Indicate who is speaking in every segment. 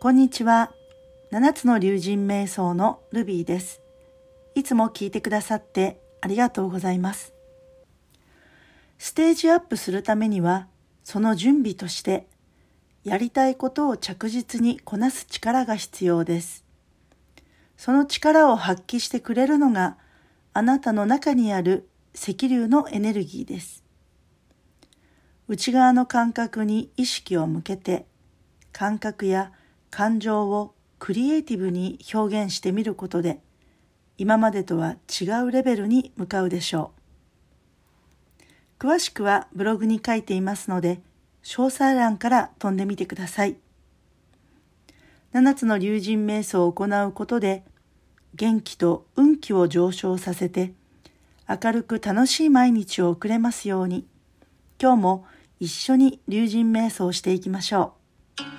Speaker 1: こんにちは。7つの龍神瞑想のルビーです。いつも聞いてくださってありがとうございます。ステージアップするためには、その準備として、やりたいことを着実にこなす力が必要です。その力を発揮してくれるのが、あなたの中にある赤龍のエネルギーです。内側の感覚に意識を向けて、感覚や感情をクリエイティブに表現してみることで、今までとは違うレベルに向かうでしょう。詳しくはブログに書いていますので、詳細欄から飛んでみてください。7つの龍神瞑想を行うことで、元気と運気を上昇させて、明るく楽しい毎日を送れますように、今日も一緒に龍神瞑想をしていきましょう。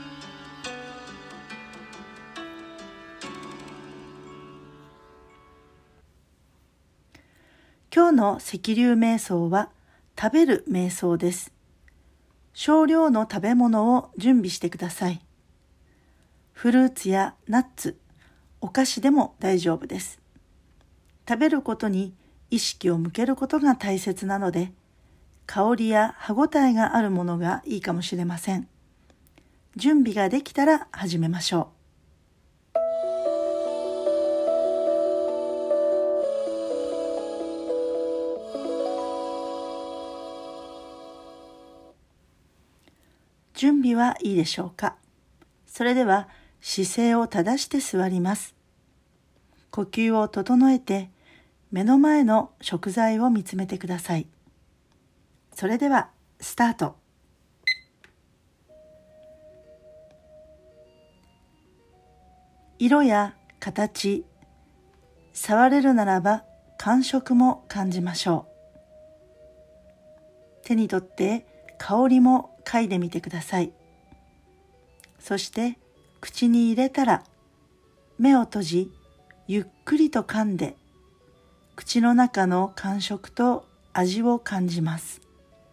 Speaker 1: 今日の赤龍瞑想は食べる瞑想です。少量の食べ物を準備してください。フルーツやナッツ、お菓子でも大丈夫です。食べることに意識を向けることが大切なので、香りや歯ごたえがあるものがいいかもしれません。準備ができたら始めましょう。準備はいいでしょうか。それでは姿勢を正して座ります。呼吸を整えて目の前の食材を見つめてください。それではスタート。色や形、触れるならば感触も感じましょう。手に取って香りも嗅いでみてください。そして口に入れたら目を閉じゆっくりと噛んで口の中の感触と味を感じます。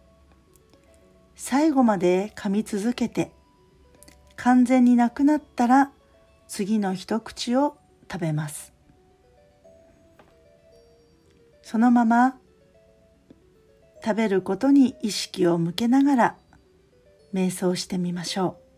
Speaker 1: 最後まで噛み続けて完全になくなったら次の一口を食べます。そのまま食べることに意識を向けながら瞑想してみましょう。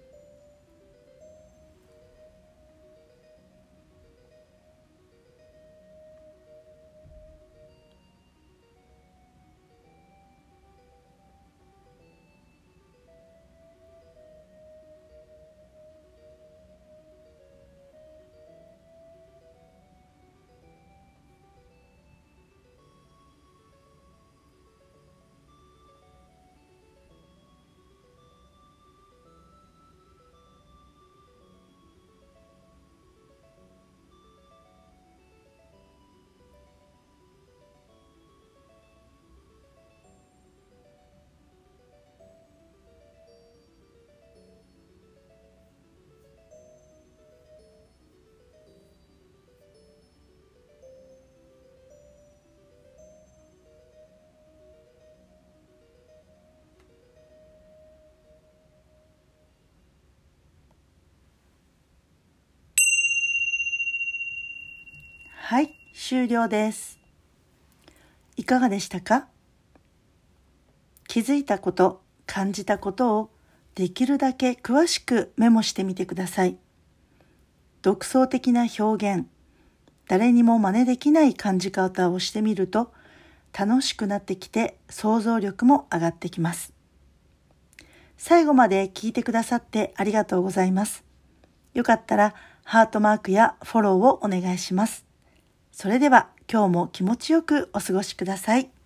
Speaker 1: はい、終了です。いかがでしたか？気づいたこと、感じたことをできるだけ詳しくメモしてみてください。独創的な表現、誰にも真似できない感じ方をしてみると楽しくなってきて想像力も上がってきます。最後まで聞いてくださってありがとうございます。よかったらハートマークやフォローをお願いします。それでは今日も気持ちよくお過ごしください。